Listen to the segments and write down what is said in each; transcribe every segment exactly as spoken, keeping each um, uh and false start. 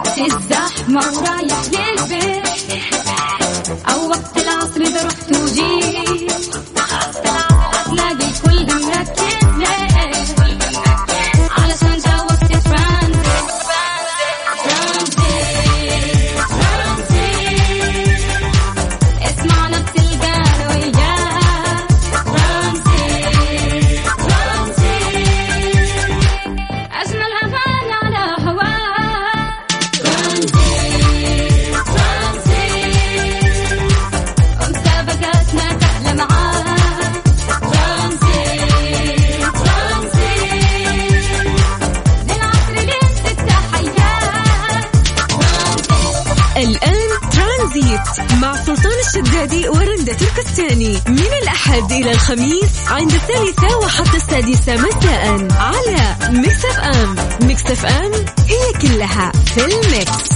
وقت الزحمة ورايح للبيت أو وقت العصر إذا رحت وجيت هتلاقي الكل مركز ليه علشان جوزت ترانزيت ترانزيت ترانزيت اسمعنا بتلقانا وياه ترانزيت ترانزيت أجمل أغاني على هواه ترانزيت ترانزيت ومسابقاتنا تحلى معاه ترانزيت ترانزيت للعصر لين ستة حياه الآن ترانزيت مع سلطان الشدادي ورندة تركستاني من الأحد إلى الخميس عند الثالثة وحتى السادسة مساء على ميكس اف ام. ميكس اف ام هي كلها في الميكس.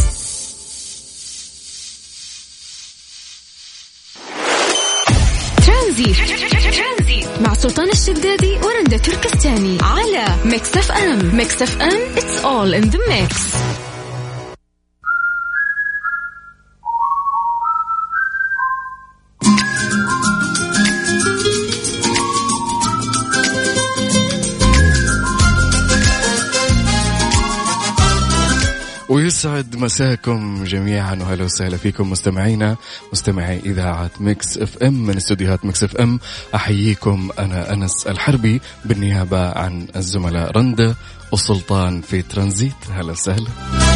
ترانزيت مع سلطان الشدادي ورندة تركستاني على ميكس اف ام. ميكس اف ام it's all in the mix. ويسعد مساكم جميعا وهلا وسهلا فيكم مستمعينا مستمعي إذاعة ميكس اف ام من استوديوهات ميكس اف ام. أحييكم أنا أنس الحربي بالنيابة عن الزملاء رندة وسلطان في ترانزيت. هلا وسهلا.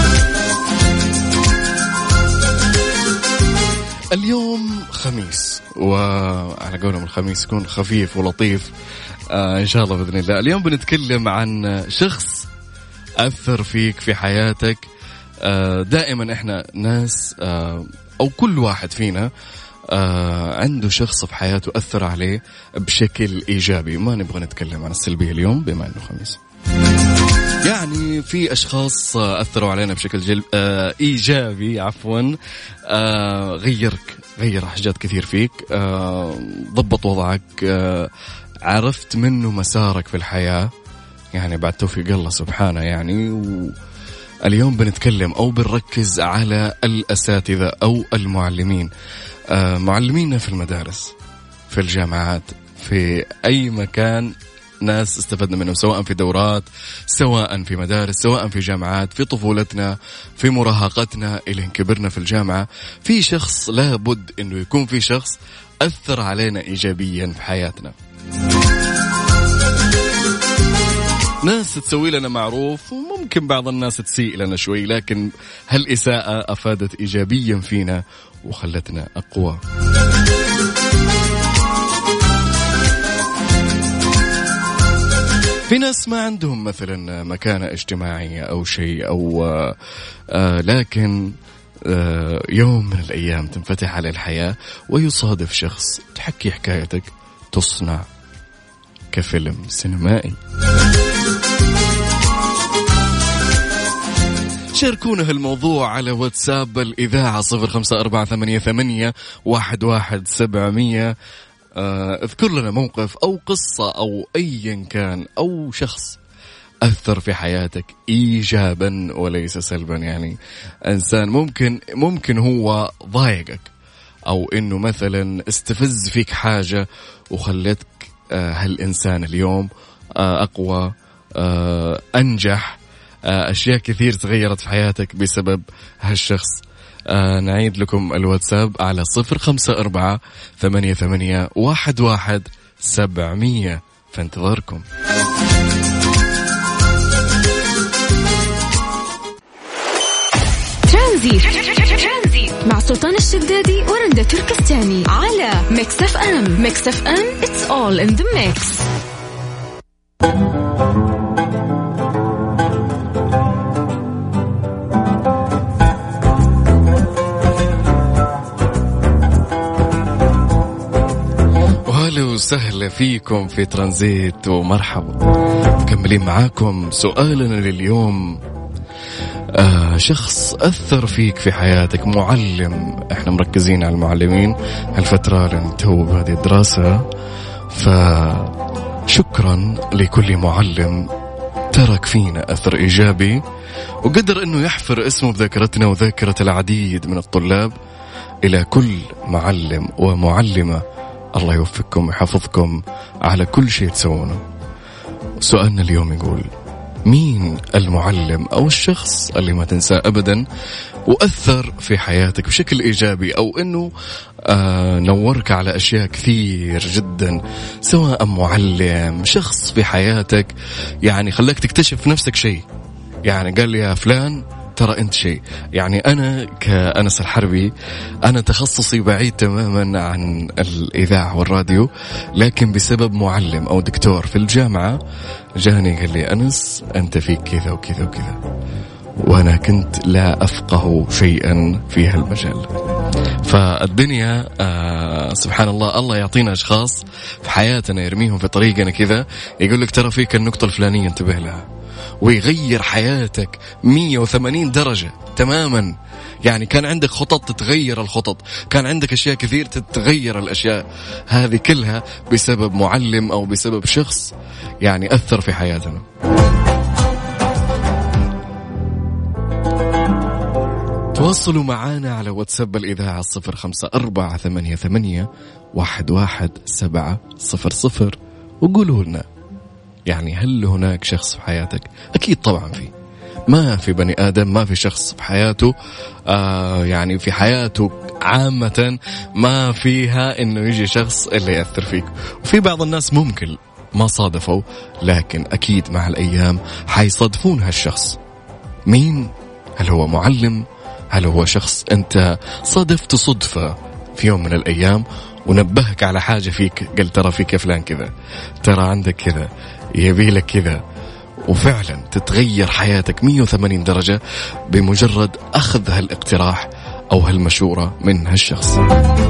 اليوم خميس وعلى قولهم الخميس يكون خفيف ولطيف آه إن شاء الله بإذن الله. اليوم بنتكلم عن شخص أثر فيك في حياتك. دائما إحنا ناس أو كل واحد فينا عنده شخص في حياته أثر عليه بشكل إيجابي. ما نبغى نتكلم عن السلبية اليوم بما أنه خميس. يعني في أشخاص أثروا علينا بشكل جل... إيجابي عفوا غيرك غير حاجات كثير فيك ضبط وضعك عرفت منه مسارك في الحياة يعني بعد توفيق الله سبحانه يعني. واليوم بنتكلم أو بنركز على الأساتذة أو المعلمين آه معلمينا في المدارس في الجامعات في أي مكان ناس استفدنا منهم سواء في دورات سواء في مدارس سواء في جامعات في طفولتنا في مراهقتنا إلى إن كبرنا في الجامعة. في شخص لابد أنه يكون في شخص أثر علينا إيجابيا في حياتنا. ناس تسوي لنا معروف وممكن بعض الناس تسيء لنا شوي لكن هالإساءة أفادت إيجابيا فينا وخلتنا أقوى. في ناس ما عندهم مثلا مكانة اجتماعية أو شيء أو آه آه لكن آه يوم من الأيام تنفتح على الحياة ويصادف شخص تحكي حكايتك تصنع كفيلم سينمائي. شاركونا هالموضوع على واتساب الإذاعة صفر خمسة أربعة ثمانية ثمانية واحد واحد سبعمية. اذكر لنا موقف أو قصة أو أيا كان أو شخص أثر في حياتك إيجابا وليس سلبا. يعني إنسان ممكن ممكن هو ضايقك أو إنه مثلا استفز فيك حاجة وخلتك هالإنسان اليوم أقوى أنجح أشياء كثير تغيرت في حياتك بسبب هالشخص. نعيد لكم الواتساب على صفر خمسة أربعة ثمانية ثمانية واحد واحد سبعمية في انتظاركم. ترانزيت مع سلطان الشدادي ورندة تركستاني على ميكس اف ام. ميكس اف ام it's all in the mix. وهلا وسهلا فيكم في ترانزيت ومرحبا. مكملين معاكم سؤالنا لليوم. آه شخص أثر فيك في حياتك معلم. احنا مركزين على المعلمين هالفترة لأن تو بهذه الدراسة فشكرا لكل معلم ترك فينا أثر إيجابي وقدر أنه يحفر اسمه بذاكرتنا وذاكرة العديد من الطلاب. إلى كل معلم ومعلمة، الله يوفقكم ويحفظكم على كل شيء تسوونه. سؤالنا اليوم يقول: مين المعلم أو الشخص اللي ما تنساه أبدا وأثر في حياتك بشكل إيجابي، أو أنه آه نورك على أشياء كثير جدا، سواء معلم، شخص في حياتك يعني خلاك تكتشف نفسك شيء، يعني قال لي يا فلان ترى أنت شيء. يعني أنا كأنس الحربي أنا تخصصي بعيد تماما عن الإذاعة والراديو، لكن بسبب معلم أو دكتور في الجامعة جاني قال لي أنس أنت فيك كذا وكذا وكذا، وأنا كنت لا أفقه شيئا في هالمجال. فالدنيا آه سبحان الله، الله يعطينا أشخاص في حياتنا يرميهم في طريقنا كذا، يقول لك ترى فيك النقطة الفلانية انتبه لها، ويغير حياتك مية وثمانين درجة تماما. يعني كان عندك خطط تتغير الخطط، كان عندك أشياء كثير تتغير الأشياء هذه كلها بسبب معلم أو بسبب شخص يعني أثر في حياتنا. تواصلوا معنا على واتساب الإذاعة صفر خمسة أربعة ثمانية ثمانية واحد واحد سبعة صفر صفر وقولوا لنا، يعني هل هناك شخص في حياتك؟ أكيد طبعا في، ما في بني آدم ما في شخص في حياته آه يعني في حياته عامة ما فيها إنه يجي شخص اللي يأثر فيك. وفي بعض الناس ممكن ما صادفوا، لكن أكيد مع الأيام حيصادفون هالشخص. مين؟ هل هو معلم؟ هل هو شخص أنت صادفت صدفة في يوم من الأيام ونبهك على حاجة فيك، قال ترى فيك فلان كذا، ترى عندك كذا، يبيلك كذا، وفعلا تتغير حياتك مية وثمانين درجة بمجرد أخذ هالاقتراح أو هالمشورة من هالشخص.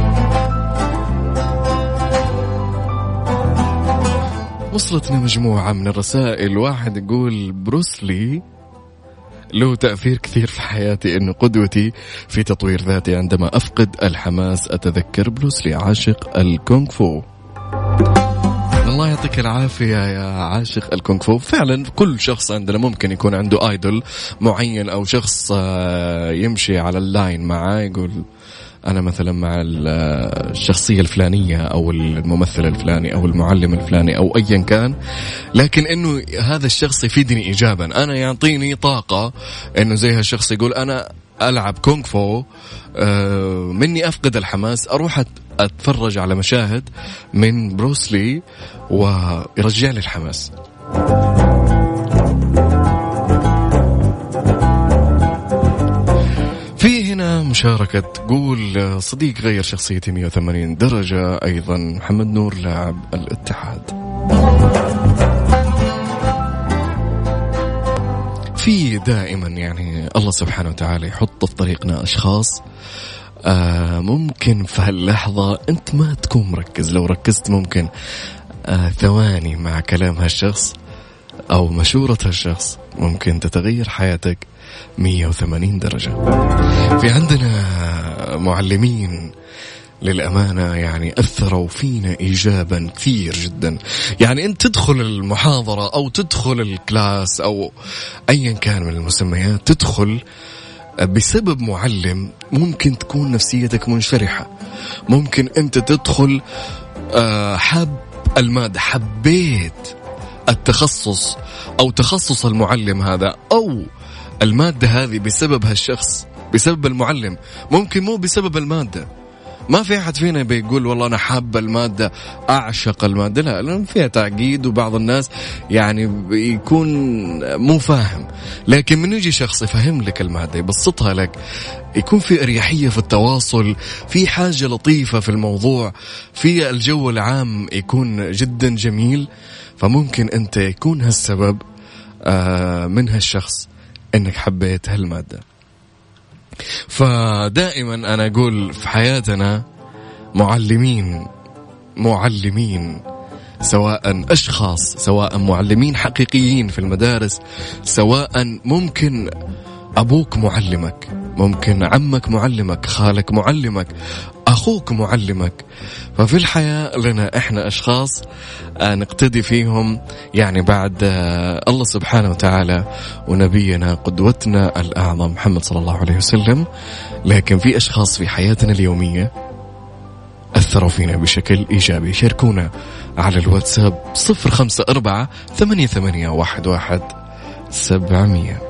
وصلتنا مجموعة من الرسائل. واحد يقول بروسلي له تأثير كثير في حياتي، إنه قدوتي في تطوير ذاتي، عندما أفقد الحماس أتذكر بروسلي، عاشق الكونغ فو. الله يعطيك العافية يا عاشق الكونغ فو. فعلا كل شخص عندنا ممكن يكون عنده آيدول معين أو شخص يمشي على اللاين معاه، يقول أنا مثلا مع الشخصية الفلانية أو الممثل الفلاني أو المعلم الفلاني أو أيا كان، لكن إنه هذا الشخص يفيدني إيجابا، أنا يعطيني طاقة إنه زي هالشخص يقول أنا ألعب كونغ فو، مني أفقد الحماس أروح أتفرج على مشاهد من بروسلي ويرجع لي الحماس. في هنا مشاركة تقول صديق غير شخصيتي مية وثمانين درجة، أيضا محمد نور لاعب الاتحاد. في دائما يعني الله سبحانه وتعالى يحط في طريقنا أشخاص آه ممكن في هاللحظة أنت ما تكون مركز، لو ركزت ممكن آه ثواني مع كلام هالشخص أو مشورة هالشخص ممكن تتغير حياتك مية وثمانين درجة. في عندنا معلمين للأمانة يعني أثروا فينا إيجابا كثير جدا. يعني أنت تدخل المحاضرة أو تدخل الكلاس أو أيا كان من المسميات، تدخل بسبب معلم، ممكن تكون نفسيتك منشرحة، ممكن أنت تدخل حب المادة، حبيت التخصص أو تخصص المعلم هذا أو المادة هذه بسبب هالشخص، بسبب المعلم، ممكن مو بسبب المادة. ما في أحد فينا بيقول والله أنا حاب المادة أعشق المادة، لا، لأن فيها تعقيد وبعض الناس يعني بيكون مو فاهم. لكن من يجي شخص يفهم لك المادة يبسطها لك، يكون في أريحية في التواصل، في حاجة لطيفة في الموضوع، في الجو العام يكون جدا جميل، فممكن أنت يكون هالسبب من هالشخص أنك حبيت هالمادة. فدائما أنا أقول في حياتنا معلمين معلمين سواء أشخاص، سواء معلمين حقيقيين في المدارس، سواء ممكن أبوك معلمك، ممكن عمك معلمك، خالك معلمك، أخوك معلمك. ففي الحياة لنا إحنا أشخاص نقتدي فيهم، يعني بعد الله سبحانه وتعالى ونبينا قدوتنا الأعظم محمد صلى الله عليه وسلم. لكن في أشخاص في حياتنا اليومية أثروا فينا بشكل إيجابي. شاركونا على الواتساب صفر خمسة أربعة ثمانية ثمانية واحد واحد سبعمية.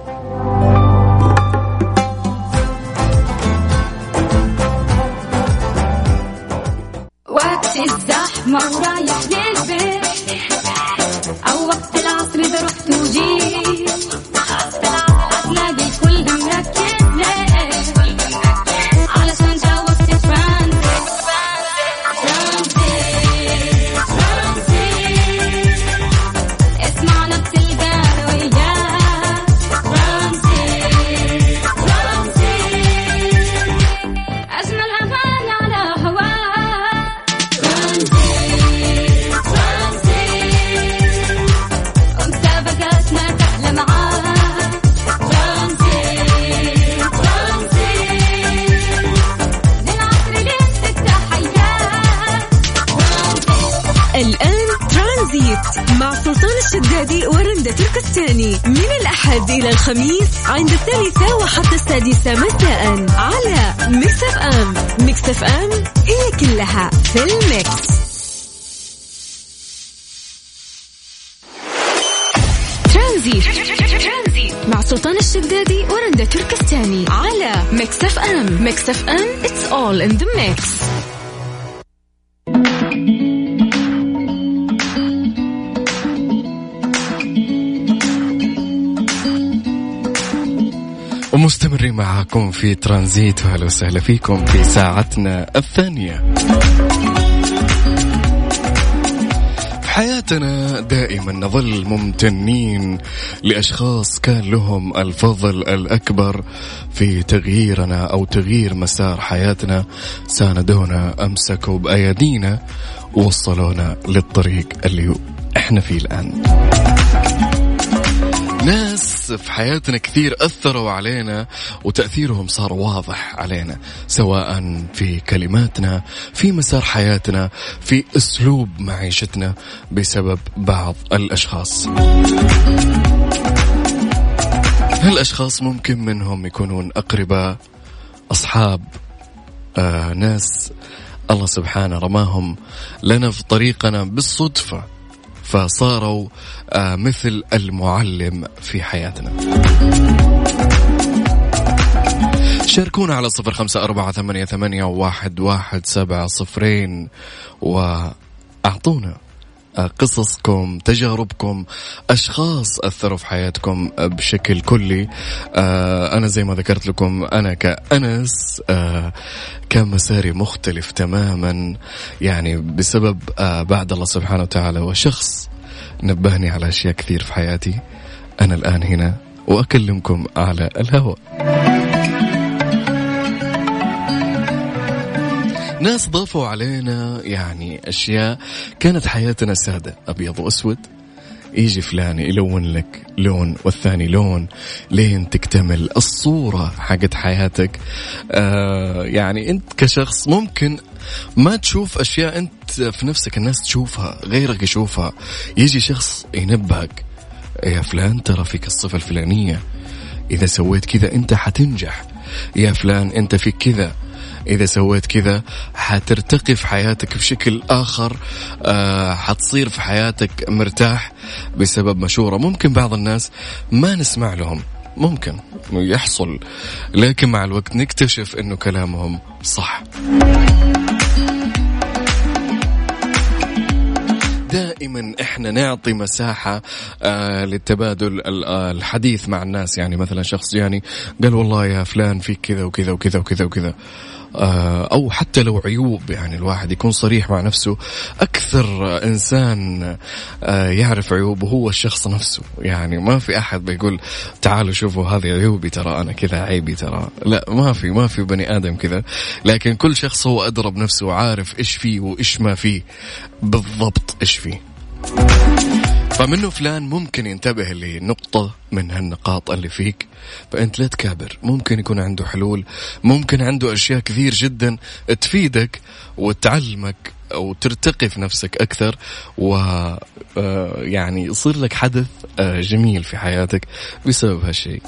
وقت الزحمة ورايح للبيت أو وقت العصر إذا رحت وجيت هتلاقي الكل مركز ليه علشان جاوبت ترانزيت. ترانزيت ترانزيت اسمعنا بتلقانا وياك. ترانزيت ترانزيت أجمل أغاني على هواك. ترانزيت ترانزيت ومسابقاتنا تحلى معاك. ترانزيت ترانزيت للعصر لين التحيات. الآن ترانزيت مع سلطان الشدادي ورندة تركستاني من الأحد إلى الخميس عند الثالثة وحتى السادسة مساء على ميكس اف ام. ميكس اف ام هي كلها في الميكس. ترانزيت مع سلطان الشدادي ورندة تركستاني على ميكس اف ام. ميكس اف ام it's all in the mix. ومستمرين معاكم في ترانزيت، وهلا وسهلا فيكم في ساعتنا الثانية. في حياتنا دائما نظل ممتنين لأشخاص كان لهم الفضل الأكبر في تغييرنا أو تغيير مسار حياتنا، ساندونا، أمسكوا بأيدينا ووصلونا للطريق اللي احنا فيه الآن. ناس في حياتنا كثير أثروا علينا وتأثيرهم صار واضح علينا، سواء في كلماتنا، في مسار حياتنا، في أسلوب معيشتنا، بسبب بعض الأشخاص. هالأشخاص ممكن منهم يكونون أقرباء، أصحاب، آه ناس الله سبحانه رماهم لنا في طريقنا بالصدفة، فصاروا آه مثل المعلم في حياتنا. شاركونا على صفر خمسة أربعة ثمانية ثمانية واحد واحد سبعة صفرين وأعطونا قصصكم، تجاربكم، أشخاص أثروا في حياتكم بشكل كلي. أنا زي ما ذكرت لكم، أنا كأنس كان مساري مختلف تماما، يعني بسبب بعد الله سبحانه وتعالى وشخص نبهني على أشياء كثير في حياتي. أنا الآن هنا وأكلمكم على الهواء. ناس ضافوا علينا يعني أشياء كانت حياتنا سادة أبيض وأسود، يجي فلان يلون لك لون والثاني لون لين تكتمل الصورة حقت حياتك. آه يعني أنت كشخص ممكن ما تشوف أشياء أنت في نفسك الناس تشوفها، غيرك يشوفها. يجي شخص ينبهك، يا فلان ترى فيك الصفة الفلانية، إذا سويت كذا أنت حتنجح، يا فلان أنت فيك كذا، إذا سويت كذا حترتقي في حياتك بشكل آخر، آه حتصير في حياتك مرتاح بسبب مشورة. ممكن بعض الناس ما نسمع لهم، ممكن يحصل، لكن مع الوقت نكتشف إنه كلامهم صح. دائما احنا نعطي مساحة آه للتبادل الحديث مع الناس. يعني مثلا شخص يعني قال والله يا فلان فيك كذا وكذا وكذا وكذا وكذا، آه أو حتى لو عيوب، يعني الواحد يكون صريح مع نفسه. أكثر إنسان آه يعرف عيوبه هو الشخص نفسه. يعني ما في أحد بيقول تعالوا شوفوا هذه عيوبي، ترى أنا كذا، عيبي ترى، لا، ما في ما في بني آدم كذا. لكن كل شخص هو أدرى بنفسه وعارف إيش فيه وإيش ما فيه بالضبط، إيش فيه. فمنه فلان ممكن ينتبه لنقطة من هالنقاط اللي فيك، فأنت لا تكابر. ممكن يكون عنده حلول، ممكن عنده أشياء كثير جدا تفيدك وتعلمك أو ترتقي في نفسك أكثر، ويعني يصير لك حدث جميل في حياتك بسبب هالشيء.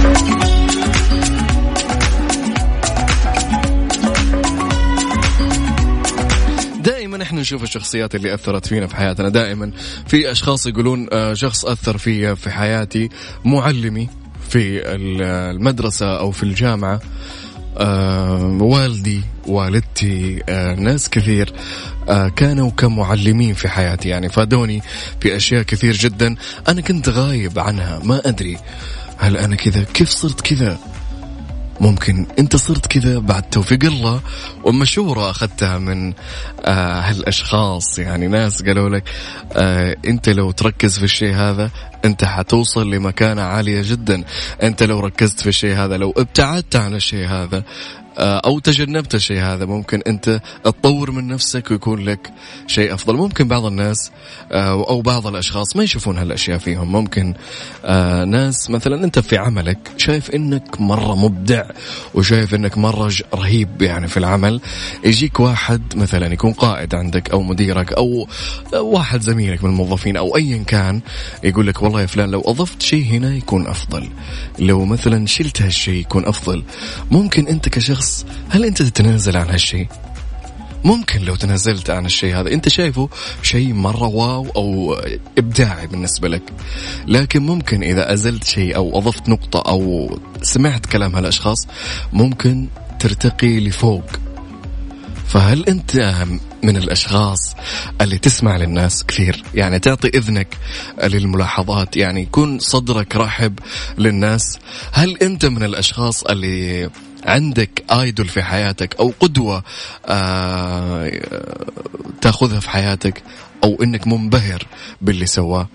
دائما احنا نشوف الشخصيات اللي أثرت فينا في حياتنا. دائما في أشخاص يقولون شخص أثر في في حياتي معلمي في المدرسة أو في الجامعة، آه والدي والدتي، آه ناس كثير آه كانوا كمعلمين في حياتي، يعني فادوني في أشياء كثير جدا أنا كنت غايب عنها. ما أدري هل أنا كذا، كيف صرت كذا؟ ممكن أنت صرت كذا بعد توفيق الله ومشورة أخذتها من آه هالأشخاص. يعني ناس قالوا لك آه أنت لو تركز في الشيء هذا أنت حتوصل لمكانة عالية جدا. أنت لو ركزت في الشيء هذا، لو ابتعدت عن الشيء هذا أو تجنبت الشيء هذا، ممكن أنت تطور من نفسك ويكون لك شيء أفضل. ممكن بعض الناس أو بعض الأشخاص ما يشوفون هالأشياء فيهم. ممكن ناس مثلا أنت في عملك شايف إنك مرة مبدع وشايف إنك مرة رهيب يعني في العمل، يجيك واحد مثلا يكون قائد عندك أو مديرك أو واحد زميلك من الموظفين أو أيا كان، يقول لك والله يا فلان لو أضفت شيء هنا يكون أفضل، لو مثلا شلت هالشيء يكون أفضل. ممكن أنت كشخص هل أنت تتنازل عن هالشيء؟ ممكن لو تنازلت عن الشيء هذا أنت شايفه شيء مرة واو أو إبداعي بالنسبة لك، لكن ممكن إذا أزلت شيء أو أضفت نقطة أو سمعت كلام هالأشخاص ممكن ترتقي لفوق. فهل أنت من الأشخاص اللي تسمع للناس كثير، يعني تعطي إذنك للملاحظات، يعني يكون صدرك رحب للناس؟ هل أنت من الأشخاص اللي عندك آيدول في حياتك أو قدوة آه تأخذها في حياتك أو إنك منبهر باللي سواه؟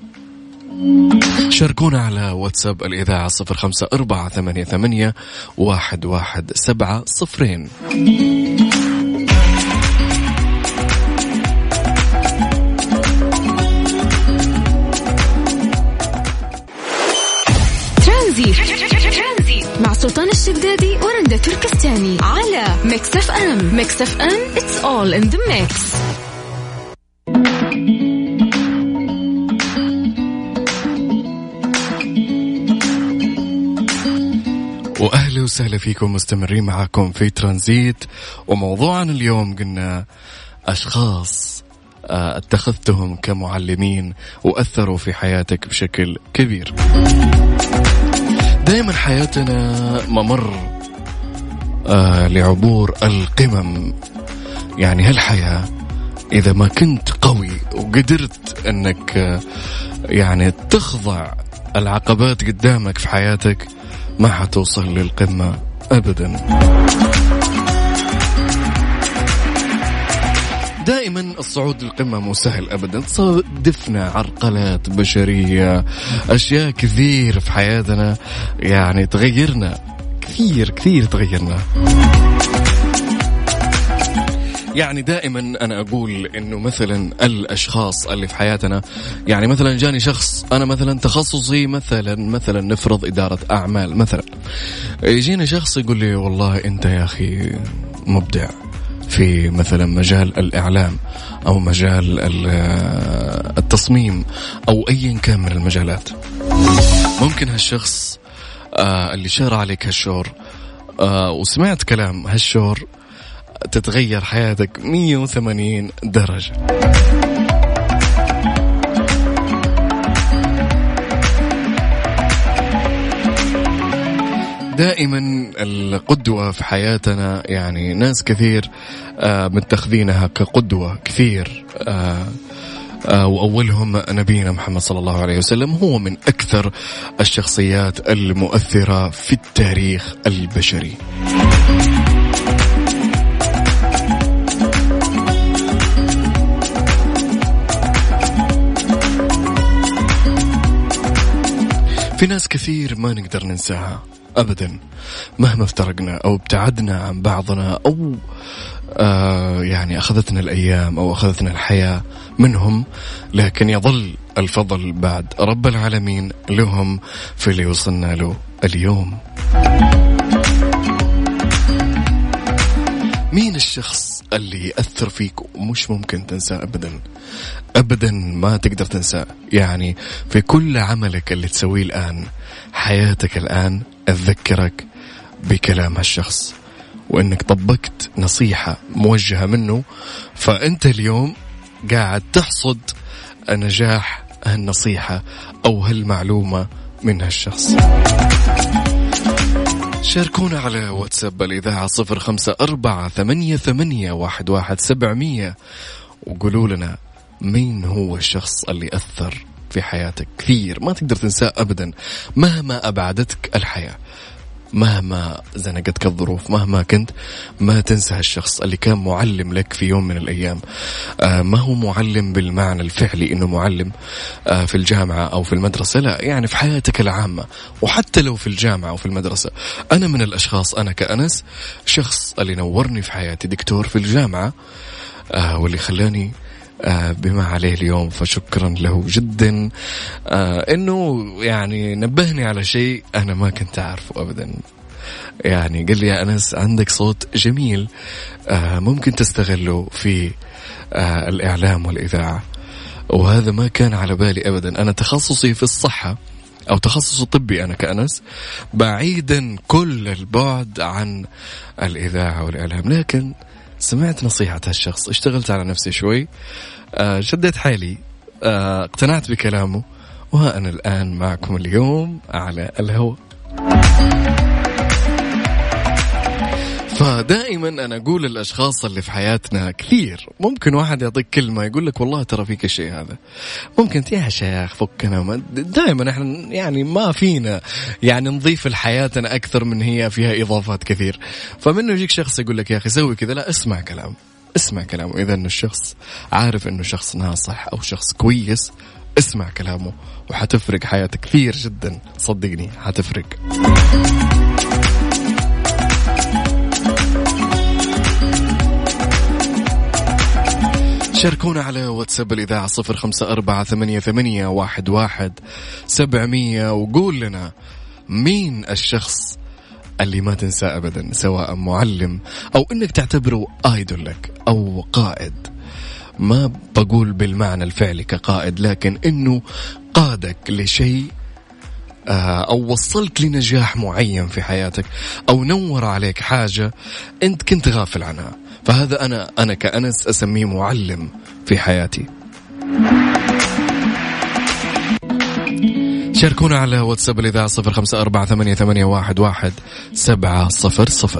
شاركونا على واتساب الإذاعة صفر خمسة أربعة ثمانية ثمانية واحد واحد سبعة صفرين. مع سلطان الشدادي ورندا تركستاني على ميكس اف ام. ميكس اف ام it's all in the mix. وأهلا وسهلا فيكم، مستمرين معكم في ترانزيت. وموضوعنا اليوم قلنا أشخاص اتخذتهم كمعلمين وأثروا في حياتك بشكل كبير. دائما حياتنا ممر آه لعبور القمم. يعني هالحياة إذا ما كنت قوي وقدرت أنك آه يعني تخضع العقبات قدامك في حياتك ما حتوصل للقمة أبدا. دائما الصعود للقمة مو سهل أبدا، صادفنا عرقلات بشرية، أشياء كثير في حياتنا يعني تغيرنا كثير كثير تغيرنا. يعني دائما أنا أقول إنه مثلا الأشخاص اللي في حياتنا، يعني مثلا جاني شخص أنا مثلا تخصصي مثلا مثلا نفرض إدارة أعمال مثلا، يجيني شخص يقول لي والله أنت يا أخي مبدع في مثلا مجال الإعلام أو مجال التصميم أو أي كان من المجالات. ممكن هالشخص آه اللي شار عليك هالشور آه وسمعت كلام هالشور تتغير حياتك مية وثمانين درجة. دائما القدوة في حياتنا، يعني ناس كثير آه متخذينها كقدوة كثير آه آه وأولهم نبينا محمد صلى الله عليه وسلم، هو من أكثر الشخصيات المؤثرة في التاريخ البشري. في ناس كثير ما نقدر ننساها أبدا مهما افترقنا أو ابتعدنا عن بعضنا أو آه يعني أخذتنا الأيام أو أخذتنا الحياة منهم، لكن يظل الفضل بعد رب العالمين لهم في اللي وصلنا له اليوم. مين الشخص اللي يأثر فيك ومش ممكن تنساه أبدا أبدا ما تقدر تنساه؟ يعني في كل عملك اللي تسويه الآن، حياتك الآن، أتذكرك بكلام هالشخص وإنك طبقت نصيحة موجهة منه، فأنت اليوم قاعد تحصد نجاح هالنصيحة أو هالمعلومة من هالشخص. شاركونا على واتساب الإذاعة صفر خمسة أربعة ثمانية ثمانية واحد واحد سبعمية وقولوا لنا مين هو الشخص اللي أثر في حياتك كثير ما تقدر تنساه أبدا، مهما أبعدتك الحياة، مهما زنقتك الظروف، مهما كنت ما تنسى الشخص اللي كان معلم لك في يوم من الأيام. آه ما هو معلم بالمعنى الفعلي إنه معلم آه في الجامعة أو في المدرسة، لا، يعني في حياتك العامة، وحتى لو في الجامعة أو في المدرسة. أنا من الأشخاص، أنا كأنس، شخص اللي نورني في حياتي دكتور في الجامعة آه واللي خلاني آه بما عليه اليوم، فشكرا له جدا آه انه يعني نبهني على شيء انا ما كنت اعرفه ابدا. يعني قال لي يا انس عندك صوت جميل آه ممكن تستغله في آه الاعلام والاذاعه، وهذا ما كان على بالي ابدا. انا تخصصي في الصحه او تخصص طبي انا كأنس، بعيدا كل البعد عن الاذاعه والاعلام، لكن سمعت نصيحة هالشخص، اشتغلت على نفسي شوي، آه شديت حالي، آه اقتنعت بكلامه، وها أنا الآن معكم اليوم على الهواء. فدائما أنا أقول للأشخاص اللي في حياتنا كثير، ممكن واحد يعطيك كلمة يقول لك والله ترى فيك الشيء هذا، ممكن يا شيخ فكنا، دائما احنا يعني ما فينا يعني نضيف لحياتنا أكثر من هي فيها إضافات كثير. فمنه يجيك شخص يقول لك يا أخي سوي كذا، لا، اسمع كلامه، اسمع كلامه. إذا إنه الشخص عارف إنه شخص ناصح أو شخص كويس، اسمع كلامه وحتفرق حياتك كثير جدا، صدقني حتفرق. شاركونا على واتساب الإذاعة صفر خمسة أربعة ثمانية ثمانية واحد واحد سبعمية وقول لنا مين الشخص اللي ما تنسى أبدا، سواء معلم أو إنك تعتبره آيدول لك أو قائد. ما بقول بالمعنى الفعلي كقائد، لكن إنه قادك لشيء أو وصلك لنجاح معين في حياتك، أو نور عليك حاجة أنت كنت غافل عنها. فهذا أنا أنا كأنس أسميه معلم في حياتي. شاركونا على واتساب الإذاعة صفر خمسة أربعة ثمانية ثمانية واحد واحد سبعة صفر صفر.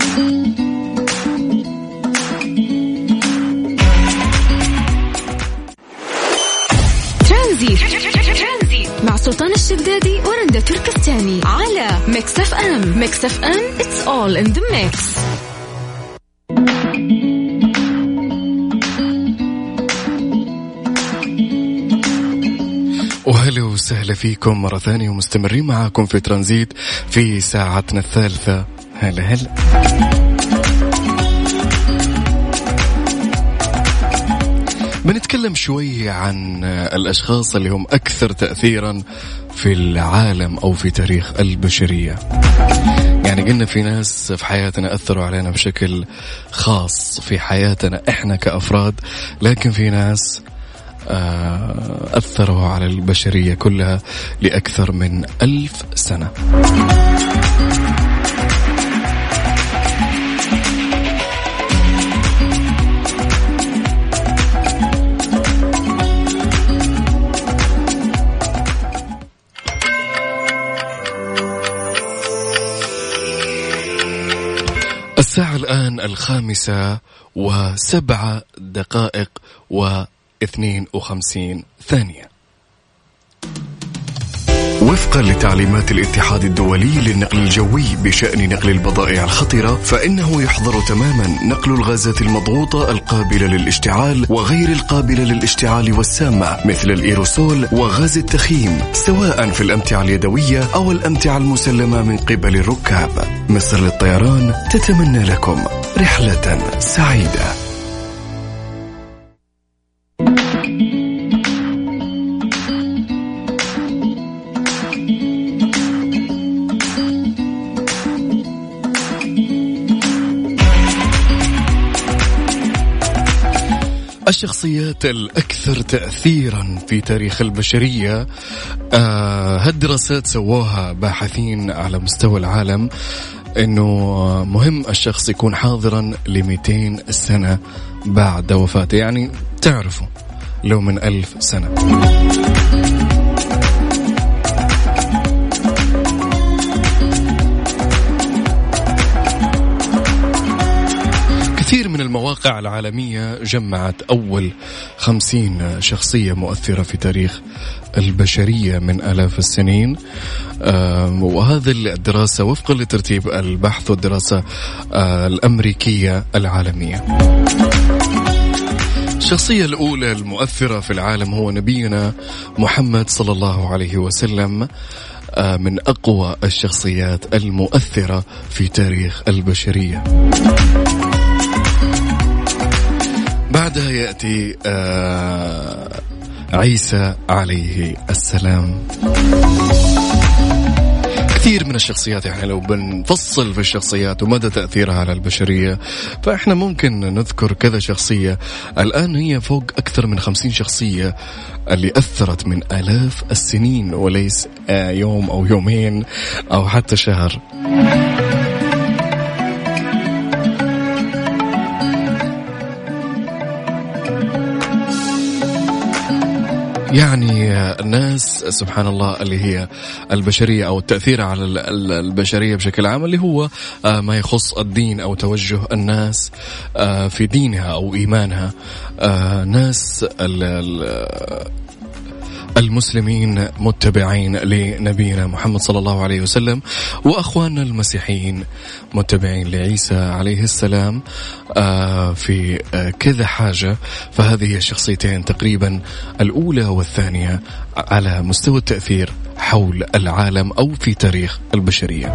ترانزيت مع سلطان الشدادي ورندا تركستاني على ميكس اف ام. ميكس اف ام it's all in the mix. وهلا وسهلا فيكم مرة ثانية، ومستمرين معاكم في ترانزيت في ساعتنا الثالثة. هلا هلا. بنتكلم شوي عن الأشخاص اللي هم أكثر تأثيرا في العالم أو في تاريخ البشرية. يعني قلنا في ناس في حياتنا أثروا علينا بشكل خاص في حياتنا إحنا كأفراد، لكن في ناس أثروا على البشرية كلها لأكثر من ألف سنة. الساعة الآن الخامسة وسبعة دقائق واثنين وخمسين ثانية. وفقا لتعليمات الاتحاد الدولي للنقل الجوي بشأن نقل البضائع الخطرة، فإنه يحظر تماما نقل الغازات المضغوطة القابلة للاشتعال وغير القابلة للاشتعال والسامة، مثل الإيروسول وغاز التخييم، سواء في الأمتعة اليدوية أو الأمتعة المسلمة من قبل الركاب. مصر للطيران تتمنى لكم رحلة سعيدة. الشخصيات الأكثر تأثيرا في تاريخ البشرية. آه هالدراسات سووها باحثين على مستوى العالم إنه مهم الشخص يكون حاضرا لمئتين سنة بعد وفاته، يعني تعرفوا لو من ألف سنة. كثير من المواقع العالمية جمعت أول خمسين شخصية مؤثرة في تاريخ البشرية من آلاف السنين، وهذه الدراسة وفقا لترتيب البحث والدراسة الأمريكية العالمية. الشخصية الأولى المؤثرة في العالم هو نبينا محمد صلى الله عليه وسلم، من أقوى الشخصيات المؤثرة في تاريخ البشرية. بعدها يأتي عيسى عليه السلام. كثير من الشخصيات، يعني لو بنفصل في الشخصيات ومدى تأثيرها على البشرية فإحنا ممكن نذكر كذا شخصية. الآن هي فوق أكثر من خمسين شخصية اللي أثرت من آلاف السنين، وليس يوم أو يومين أو حتى شهر. يعني الناس سبحان الله اللي هي البشرية أو التأثير على البشرية بشكل عام، اللي هو ما يخص الدين أو توجه الناس في دينها أو إيمانها. ناس المسلمين متبعين لنبينا محمد صلى الله عليه وسلم، وأخواننا المسيحيين متبعين لعيسى عليه السلام في كذا حاجة. فهذه هي الشخصيتين تقريبا الأولى والثانية على مستوى التأثير حول العالم أو في تاريخ البشرية.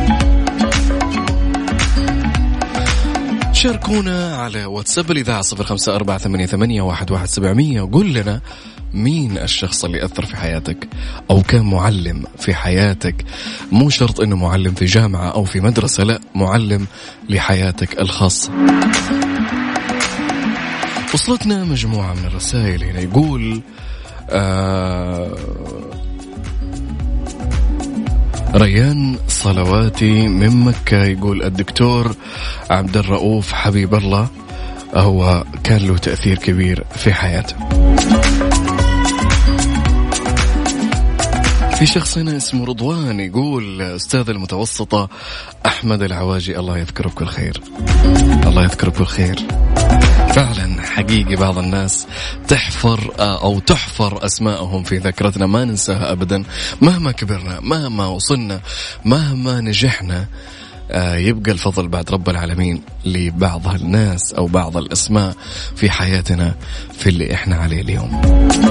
شاركونا على واتساب الإذاعة صفر خمسة أربعة ثمانية ثمانية واحد واحد سبعمية وقول لنا مين الشخص اللي أثر في حياتك أو كان معلم في حياتك. مو شرط أنه معلم في جامعة أو في مدرسة، لا، معلم لحياتك الخاصة. وصلتنا مجموعة من الرسائل هنا. يقول آه ريان صلواتي من مكة، يقول الدكتور عبد الرؤوف حبيب الله هو كان له تأثير كبير في حياته. في شخص هنا اسمه رضوان، يقول أستاذ المتوسطة أحمد العواجي، الله يذكره بكل خير، الله يذكره بكل خير. فعلا حقيقي بعض الناس تحفر أو تحفر أسماءهم في ذاكرتنا، ما ننساها أبدا مهما كبرنا، مهما وصلنا، مهما نجحنا. يبقى الفضل بعد رب العالمين لبعض الناس أو بعض الأسماء في حياتنا في اللي إحنا عليه اليوم.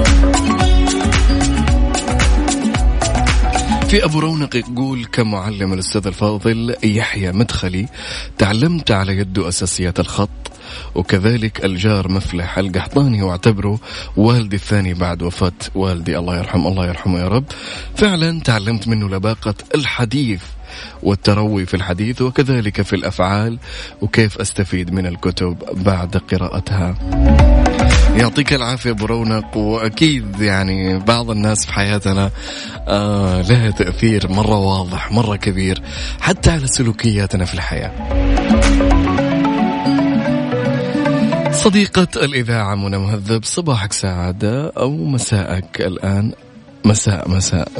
في أبو رونق يقول كمعلم الأستاذ الفاضل يحيى مدخلي، تعلمت على يده أساسيات الخط، وكذلك الجار مفلح القحطاني، واعتبره والدي الثاني بعد وفاة والدي الله يرحمه، الله يرحمه يا رب. فعلا تعلمت منه لباقة الحديث والتروي في الحديث وكذلك في الأفعال، وكيف أستفيد من الكتب بعد قراءتها. يعطيك العافية أبو رونق. وأكيد يعني بعض الناس في حياتنا آه لها تأثير مرة واضح مرة كبير حتى على سلوكياتنا في الحياة. صديقة الإذاعة منى مهذب، صباحك سعادة أو مساءك الآن؟ مساء مساء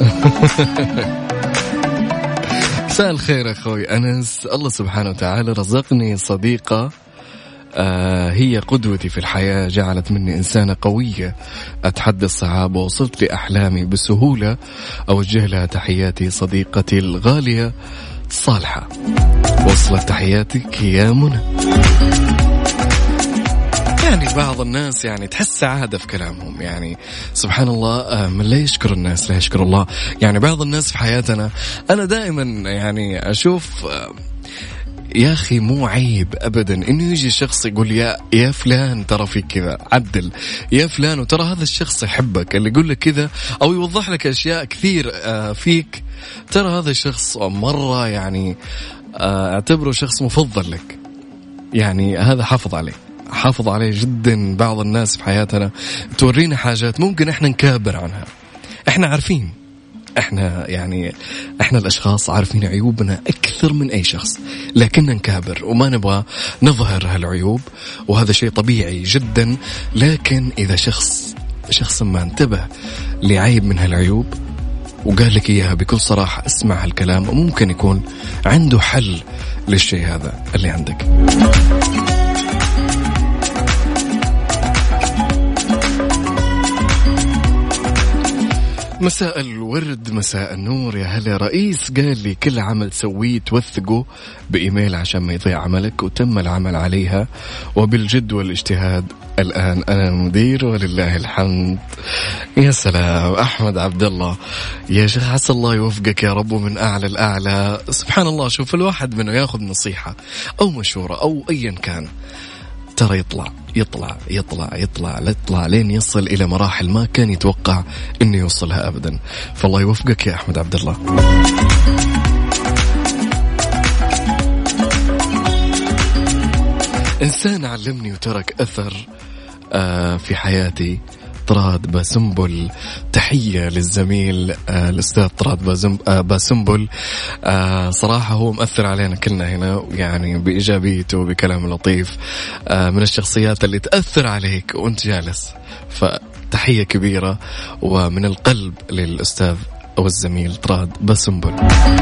مساء الخير أخوي أنس. الله سبحانه وتعالى رزقني صديقة آه هي قدوتي في الحياة، جعلت مني إنسانة قوية أتحدى الصعاب ووصلت لأحلامي بسهولة. أوجه لها تحياتي صديقتي الغالية صالحة. وصلت تحياتك يا منى. يعني بعض الناس يعني تحس سعادة في كلامهم، يعني سبحان الله، من لا يشكر الناس لا يشكر الله. يعني بعض الناس في حياتنا أنا دائما يعني أشوف يا أخي مو عيب أبدا إنه يجي شخص يقول يا يا فلان ترى فيك كذا، عدل يا فلان، وترى هذا الشخص يحبك، اللي يقول لك كذا أو يوضح لك أشياء كثير فيك، ترى هذا الشخص مرة يعني اعتبره شخص مفضل لك. يعني هذا حافظ عليه، حافظ عليه جدا. بعض الناس في حياتنا تورينا حاجات ممكن احنا نكابر عنها. احنا عارفين، احنا يعني احنا الاشخاص عارفين عيوبنا اكثر من اي شخص، لكننا نكابر وما نبغى نظهر هالعيوب، وهذا شيء طبيعي جدا. لكن اذا شخص شخص ما انتبه لعيب من هالعيوب وقال لك اياها بكل صراحة، اسمع هالكلام، ممكن يكون عنده حل للشيء هذا اللي عندك. مساء الورد، مساء النور، يا هلا رئيس قال لي كل عمل سويه توثقه بإيميل عشان ما يضيع عملك، وتم العمل عليها وبالجد والاجتهاد. الآن أنا المدير ولله الحمد. يا سلام أحمد عبد الله، يا شيخ عسى الله يوفقك يا رب من أعلى الأعلى. سبحان الله، شوف الواحد منه ياخذ نصيحة أو مشورة أو أيا كان، ترى يطلع يطلع يطلع يطلع يطلع لين يصل إلى مراحل ما كان يتوقع إنه يوصلها أبدا. فالله يوفقك يا أحمد عبد الله. إنسان علمني وترك أثر آه في حياتي، طراد باسنبل. تحية للزميل آه الأستاذ طراد باسنبل. آه صراحة هو مؤثر علينا كلنا هنا، يعني بإيجابيته وبكلام لطيف. آه من الشخصيات اللي تأثر عليك وانت جالس، فتحية كبيرة ومن القلب للأستاذ أو الزميل طراد باسنبل.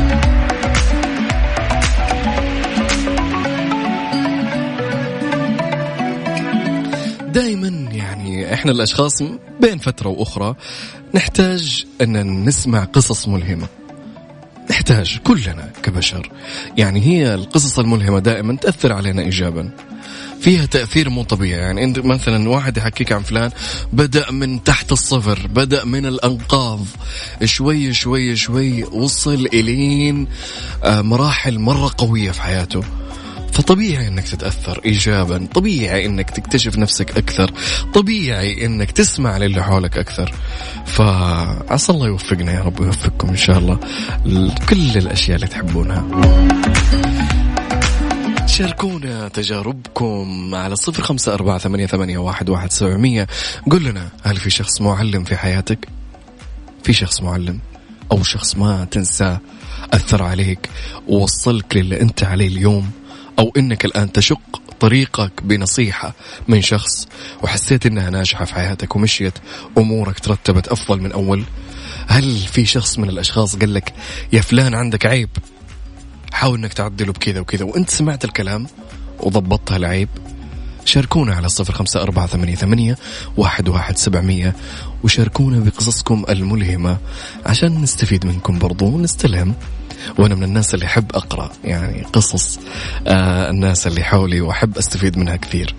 دائما يعني احنا الاشخاص بين فترة واخرى نحتاج ان نسمع قصص ملهمة، نحتاج كلنا كبشر. يعني هي القصص الملهمة دائما تأثر علينا ايجابا، فيها تأثير مو طبيعي. يعني انت مثلا واحد يحكيك عن فلان بدأ من تحت الصفر، بدأ من الأنقاض، شوي شوي شوي وصل إلين مراحل مرة قوية في حياته، فطبيعي انك تتأثر ايجابا، طبيعي انك تكتشف نفسك اكثر، طبيعي انك تسمع للي حولك اكثر. فعسى الله يوفقنا يا رب ويوفقكم ان شاء الله كل الاشياء اللي تحبونها. شاركونا تجاربكم على صفر خمسة أربعة ثمانية ثمانية واحد واحد سبعمية. قل لنا، هل في شخص معلم في حياتك؟ في شخص معلم أو شخص ما تنساه أثر عليك ووصلك للي أنت عليه اليوم، أو إنك الآن تشق طريقك بنصيحة من شخص وحسيت إنها ناجحة في حياتك ومشيت أمورك ترتبت أفضل من أول؟ هل في شخص من الأشخاص قال لك يا فلان عندك عيب، حاول إنك تعدله بكذا وكذا، وأنت سمعت الكلام وضبطتها العيب؟ شاركونا على صفر خمسة أربعة ثمانية ثمانية واحد واحد سبعمية، وشاركونا بقصصكم الملهمة عشان نستفيد منكم برضو ونستلهم. وأنا من الناس اللي أحب أقرأ يعني قصص آه الناس اللي حولي وأحب أستفيد منها كثير.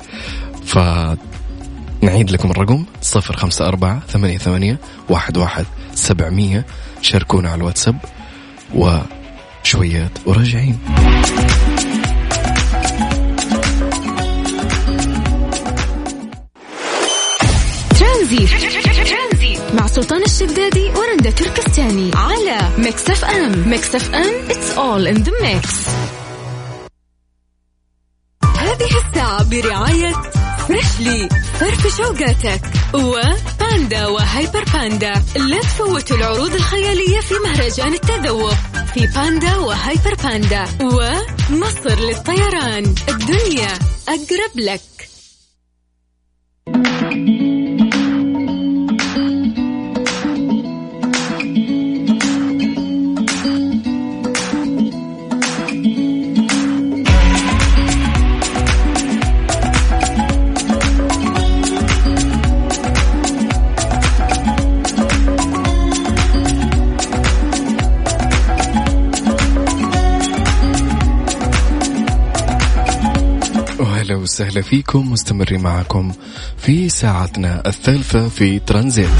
فنعيد لكم الرقم صفر خمسة أربعة ثمانية ثمانية واحد واحد سبعمية. شاركونا على الواتساب وشويات وراجعين. ترانزيت مع سلطان الشدادي ورندا تركستاني على ميكس اف ام. ميكس اف ام it's all in the mix. هذه الساعة برعاية فريشلي، فرف شوقاتك، وباندا وهايبر باندا. لا تفوتوا العروض الخيالية في مهرجان التذوق في باندا وهايبر باندا. ومصر للطيران، الدنيا أقرب لك. وسهلا فيكم، مستمرين معكم في ساعتنا الثالثة في ترانزيت.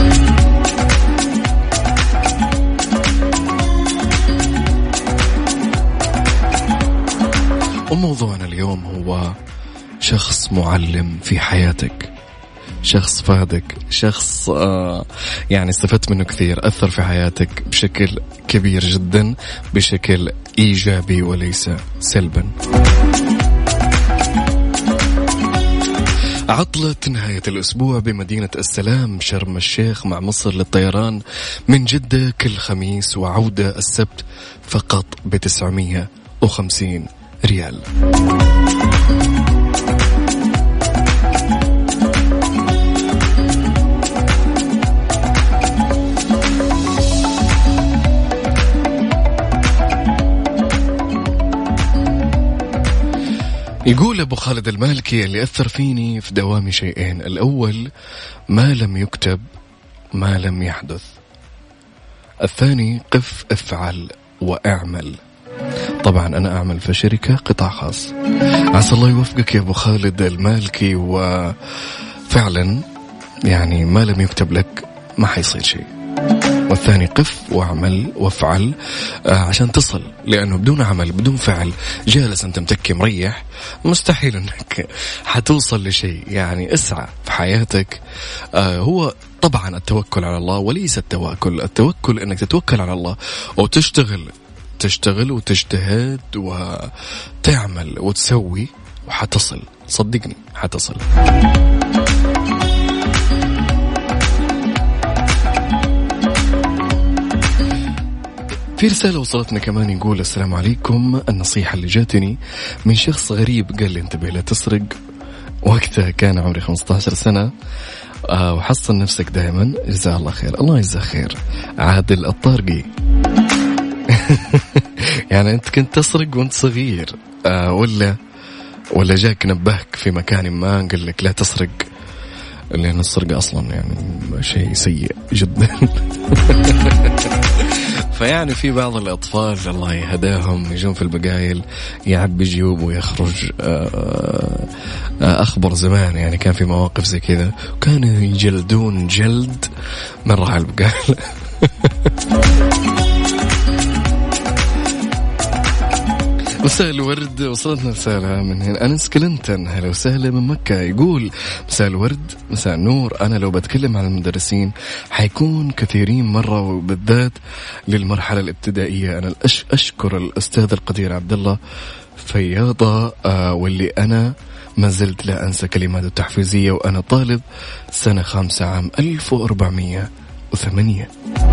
وموضوعنا اليوم هو شخص معلم في حياتك، شخص فادك، شخص آه يعني استفدت منه كثير، أثر في حياتك بشكل كبير جدا، بشكل إيجابي وليس سلبا. عطلة نهاية الأسبوع بمدينة السلام شرم الشيخ مع مصر للطيران من جدة كل خميس، وعودة السبت فقط بتسعمية وخمسين ريال. يقول أبو خالد المالكي: اللي أثر فيني في دوامي شيئين، الأول ما لم يكتب ما لم يحدث، الثاني قف افعل واعمل. طبعا أنا أعمل في شركة قطاع خاص، عسى الله يوفقك يا أبو خالد المالكي، وفعلا يعني ما لم يكتب لك ما حيصير شيء. والثاني قف واعمل وافعل آه عشان تصل، لأنه بدون عمل بدون فعل جالس أنت متكي مريح مستحيل أنك حتوصل لشيء. يعني اسعى في حياتك. آه هو طبعا التوكل على الله وليس التواكل. التوكل أنك تتوكل على الله وتشتغل تشتغل وتجتهد وتعمل وتسوي وحتصل، صدقني حتصل. في رسالة وصلتنا كمان يقول: السلام عليكم، النصيحة اللي جاتني من شخص غريب قال لي انتبه لا تسرق. وقتها كان عمري خمسة عشر سنة آه وحصن نفسك دائما. جزاه الله خير. الله يجزاه خير. عادل الطارقي. يعني انت كنت تسرق وانت صغير آه ولا ولا جاك نبهك في مكان ما قال لك لا تسرق؟ لأن السرقة أصلا يعني شيء سيء جدا. فيعني في بعض الأطفال الله يهداهم يجون في البقايل يعبي جيوب ويخرج. أخبر زمان يعني كان في مواقف زي كذا وكانوا يجلدون جلد من راح البقايل. مساء الورد، وصلتنا رسالة من هنا أنس كلينتون. هلا وسهلا من مكة. يقول: مساء الورد مساء النور، أنا لو بتكلم عن المدرسين حيكون كثيرين مرة، وبالذات للمرحلة الابتدائية. أنا أشكر الأستاذ القدير عبد الله فياضة آه واللي أنا ما زلت لا أنسى كلماته التحفيزية وأنا طالب سنة خامسة عام ألف وأربعمية وثمانية،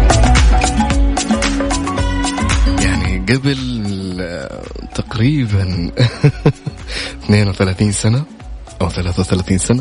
يعني قبل تقريبا اثنين وثلاثين سنة أو ثلاثة وثلاثين سنة.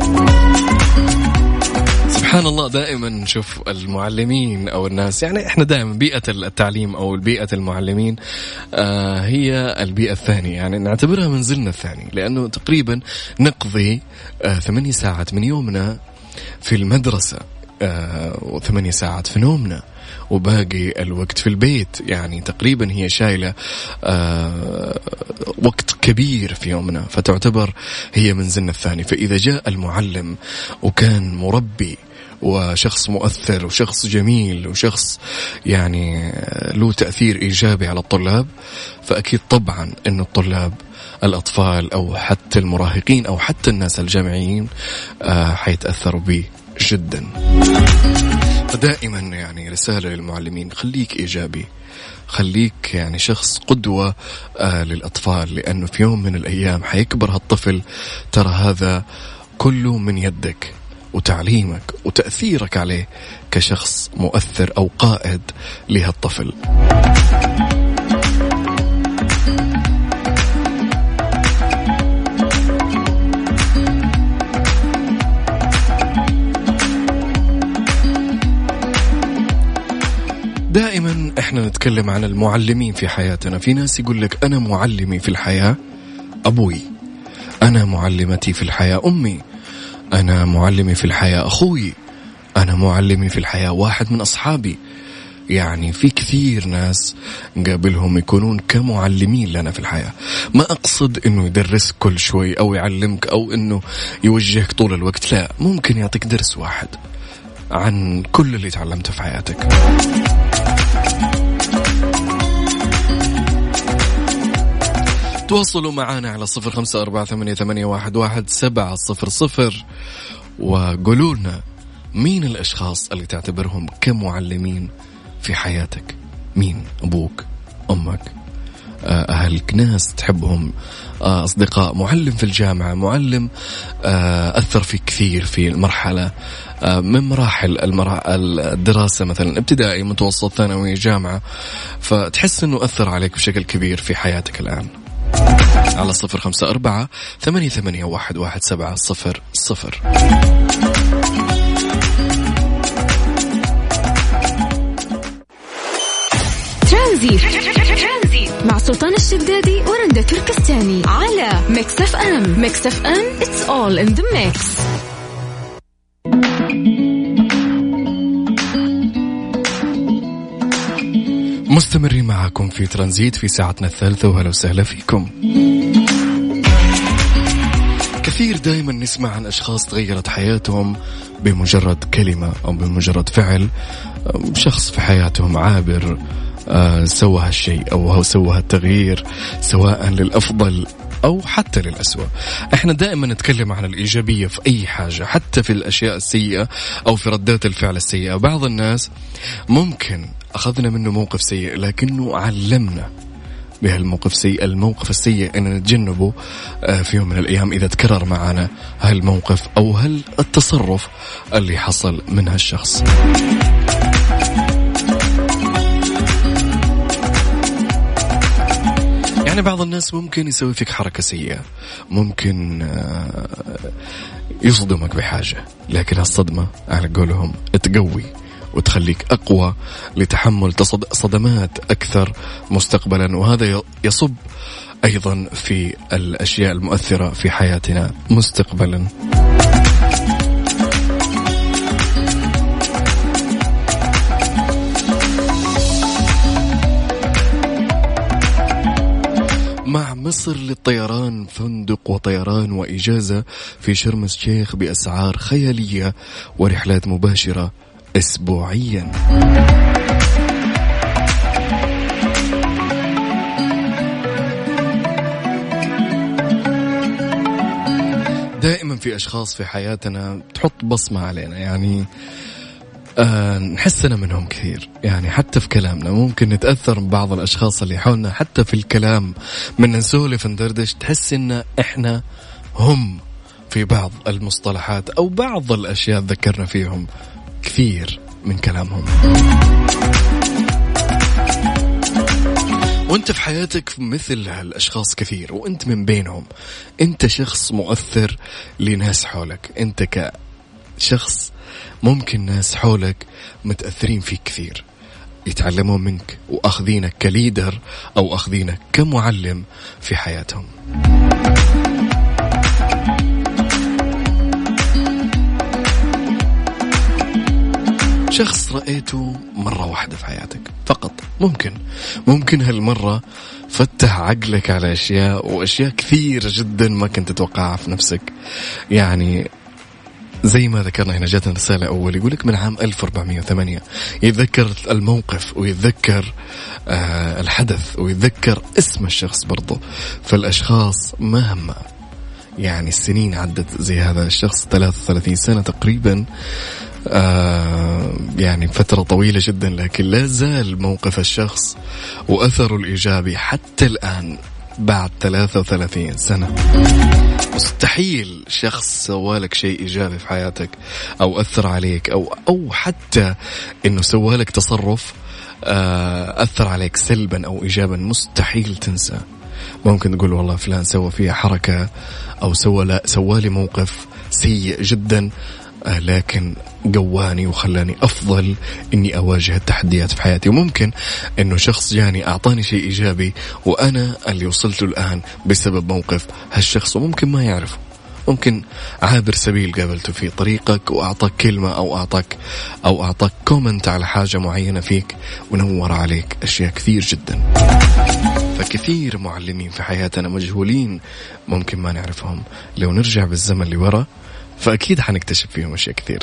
سبحان الله. دائما نشوف المعلمين أو الناس، يعني إحنا دائما بيئة التعليم أو بيئة المعلمين آه هي البيئة الثانية، يعني نعتبرها منزلنا الثاني، لأنه تقريبا نقضي آه ثمانية ساعات من يومنا في المدرسة آه وثمانية ساعات في نومنا وباقي الوقت في البيت. يعني تقريبا هي شايلة آه وقت كبير في يومنا، فتعتبر هي منزلنا الثاني. فإذا جاء المعلم وكان مربي وشخص مؤثر وشخص جميل وشخص يعني له تأثير إيجابي على الطلاب، فأكيد طبعا أن الطلاب الأطفال أو حتى المراهقين أو حتى الناس الجامعيين آه حيتأثروا به جدا. فدائما يعني رسالة للمعلمين: خليك إيجابي، خليك يعني شخص قدوة آه للأطفال، لأنه في يوم من الأيام حيكبر هالطفل ترى هذا كله من يدك وتعليمك وتأثيرك عليه كشخص مؤثر أو قائد لهالطفل. دائما احنا نتكلم عن المعلمين في حياتنا. في ناس يقول لك أنا معلمي في الحياة أبوي، أنا معلمتي في الحياة أمي، أنا معلمي في الحياة أخوي، أنا معلمي في الحياة واحد من أصحابي. يعني في كثير ناس نقابلهم يكونون كمعلمين لنا في الحياة. ما أقصد أنه يدرس كل شوي أو يعلمك أو أنه يوجهك طول الوقت، لا، ممكن يعطيك درس واحد عن كل اللي تعلمته في حياتك. تواصلوا معنا على صفر خمسة أربعة ثمانية ثمانية واحد واحد سبعة صفر صفر وقولوا لنا مين الأشخاص اللي تعتبرهم كمعلمين في حياتك. مين؟ أبوك، أمك، أهلك، ناس تحبهم، أصدقاء، معلم في الجامعة، معلم أثر فيك كثير في المرحلة من مراحل الدراسة، مثلا ابتدائي، متوسط، ثانوي، جامعة، فتحس أنه أثر عليك بشكل كبير في حياتك الآن. على صفر خمسة أربعة ثمانية ثمانية واحد واحد سبعة صفر صفر. ترانزيت مع سلطان الشدادي ورندا تركستاني على ميكس اف ام. ميكس اف ام it's all in the mix. مستمرين معكم في ترانزيت في ساعتنا الثالثة، وهلا وسهلا فيكم. كثير دائما نسمع عن أشخاص تغيرت حياتهم بمجرد كلمة أو بمجرد فعل. شخص في حياتهم عابر آه سوى هالشيء أو هو سوى هالتغيير، سواء للأفضل أو حتى للأسوأ. احنا دائما نتكلم عن الإيجابية في أي حاجة، حتى في الأشياء السيئة أو في ردات الفعل السيئة. بعض الناس ممكن أخذنا منه موقف سيء لكنه علمنا بهالموقف السيء، الموقف السيء أن نتجنبه في يوم من الأيام إذا تكرر معنا هالموقف أو هل التصرف اللي حصل من هالشخص. يعني بعض الناس ممكن يسوي فيك حركة سيئة، ممكن يصدمك بحاجة، لكن هالصدمة على قولهم تقوي وتخليك أقوى لتحمل صدمات أكثر مستقبلا، وهذا يصب أيضا في الأشياء المؤثرة في حياتنا مستقبلا. مع مصر للطيران فندق وطيران وإجازة في شرم الشيخ بأسعار خيالية ورحلات مباشرة أسبوعيا. دائما في أشخاص في حياتنا تحط بصمة علينا، يعني آه نحسنا منهم كثير، يعني حتى في كلامنا ممكن نتأثر ببعض الأشخاص اللي حولنا، حتى في الكلام من نسولف ندردش تحس إن إحنا هم في بعض المصطلحات أو بعض الأشياء ذكرنا فيهم كثير من كلامهم. وانت في حياتك مثل هالأشخاص كثير وانت من بينهم. انت شخص مؤثر لناس حولك، انت كشخص ممكن ناس حولك متأثرين فيك كثير، يتعلمون منك وأخذينك كليدر أو أخذينك كمعلم في حياتهم. شخص رأيته مرة واحدة في حياتك فقط، ممكن ممكن هالمرة فتح عقلك على أشياء وأشياء كثير جدا ما كنت تتوقعها في نفسك. يعني زي ما ذكرنا هنا جاتنا رسالة أول يقولك من عام ألف وأربعمائة وثمانية، يتذكر الموقف ويتذكر آه الحدث ويتذكر اسم الشخص برضه. فالأشخاص مهما يعني السنين عدت زي هذا الشخص ثلاثة وثلاثين سنة تقريبا، آه يعني فترة طويلة جدا، لكن لا زال موقف الشخص وأثره الإيجابي حتى الآن بعد ثلاثة وثلاثين سنة. مستحيل شخص سوالك شيء إيجابي في حياتك أو أثر عليك أو أو حتى إنه سوالك تصرف أثر عليك سلبا أو إيجابا، مستحيل تنسى. ممكن تقول والله فلان سوى فيها حركة أو سوى لا سوالي موقف سيء جدا، لكن قواني وخلاني أفضل إني أواجه التحديات في حياتي. وممكن إنه شخص جاني أعطاني شيء إيجابي وأنا اللي وصلت له الآن بسبب موقف هالشخص، وممكن ما يعرفه، ممكن عابر سبيل قابلته في طريقك وأعطاك كلمة أو أعطاك أو أعطاك كومنت على حاجة معينة فيك ونور عليك أشياء كثير جدا. فكثير معلمين في حياتنا مجهولين ممكن ما نعرفهم، لو نرجع بالزمن لورا فأكيد حنكتشف فيهم أشياء كثير.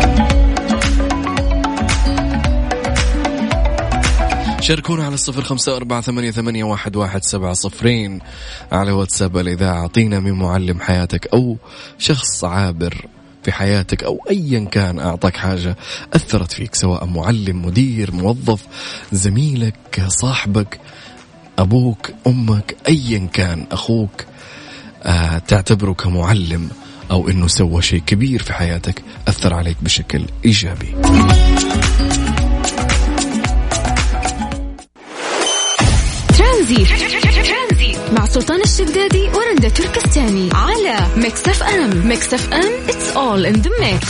شاركونا على الصفر خمسة أربعة ثمانية ثمانية واحد واحد سبعة صفرين على واتساب الإذاعة. أعطينا من معلم حياتك أو شخص عابر في حياتك أو أيا كان أعطاك حاجة أثرت فيك، سواء معلم، مدير، موظف، زميلك، صاحبك، أبوك، أمك، أيا كان، أخوك، آه تعتبره كمعلم أو إنه سوى شيء كبير في حياتك أثر عليك بشكل إيجابي. ترانزيت مع سلطان الشدادي ورندا تركستاني على ميكس اف ام. ميكس اف ام it's all in the mix.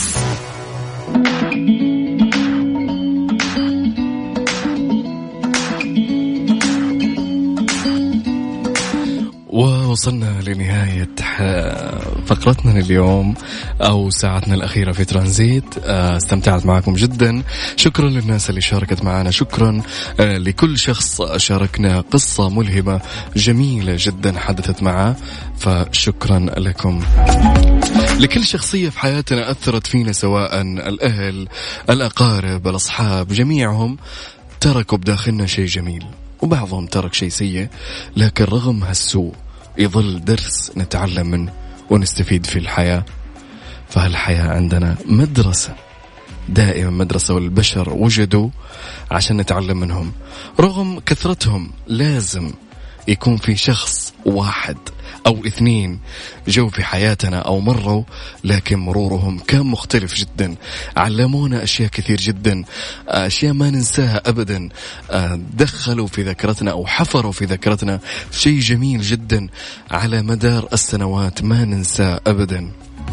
ووصلنا لنهاية فقرتنا اليوم أو ساعتنا الأخيرة في ترانزيت. استمتعت معكم جدا. شكرا للناس اللي شاركت معنا، شكرا لكل شخص شاركنا قصة ملهمة جميلة جدا حدثت معه، فشكرا لكم. لكل شخصية في حياتنا أثرت فينا، سواء الأهل، الأقارب، الأصحاب، جميعهم تركوا بداخلنا شيء جميل، وبعضهم ترك شيء سيء، لكن رغم هالسوء يظل درس نتعلم منه ونستفيد في الحياة. فهالحياة عندنا مدرسة، دائما مدرسة، والبشر وجدوا عشان نتعلم منهم. رغم كثرتهم لازم يكون في شخص واحد أو اثنين جو في حياتنا أو مروا، لكن مرورهم كان مختلف جدا، علمونا أشياء كثير جدا، أشياء ما ننساها أبدا، دخلوا في ذاكرتنا أو حفروا في ذاكرتنا شيء جميل جدا على مدار السنوات ما ننساه أبدا.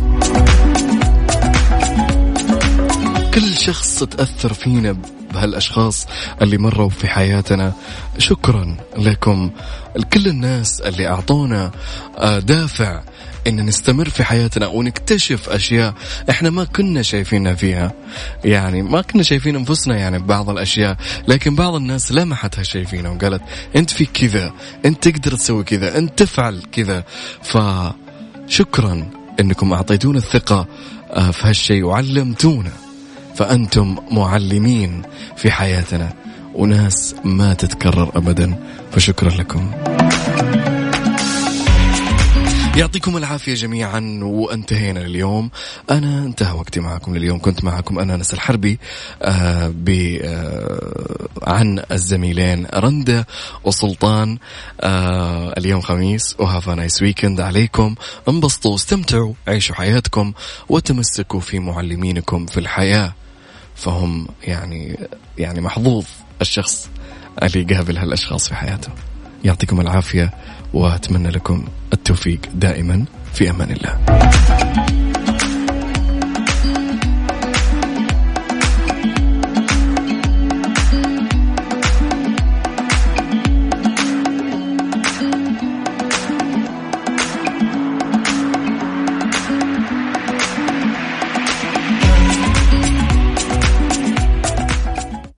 كل شخص تأثر فينا بهالأشخاص اللي مروا في حياتنا، شكرا لكم. كل الناس اللي أعطونا دافع إن نستمر في حياتنا ونكتشف أشياء إحنا ما كنا شايفينها فيها، يعني ما كنا شايفين أنفسنا يعني ببعض الأشياء، لكن بعض الناس لمحتها شايفينها وقالت أنت في كذا، أنت تقدر تسوي كذا، أنت تفعل كذا. فشكرا إنكم أعطيتونا الثقة في هالشيء وعلمتونا، فأنتم معلمين في حياتنا وناس ما تتكرر أبدا، فشكرا لكم. يعطيكم العافية جميعا، وانتهينا لليوم. أنا انتهى وقتي معكم لليوم. كنت معكم أنا أنس الحربي آه ب آه عن الزميلين رندا وسلطان. آه اليوم خميس، وهاف ا نايس ويكند عليكم. انبسطوا، استمتعوا، عيشوا حياتكم، وتمسكوا في معلمينكم في الحياة، فهم يعني يعني محظوظ الشخص اللي يقابل هالأشخاص في حياته. يعطيكم العافية، وأتمنى لكم التوفيق دائما. في أمان الله.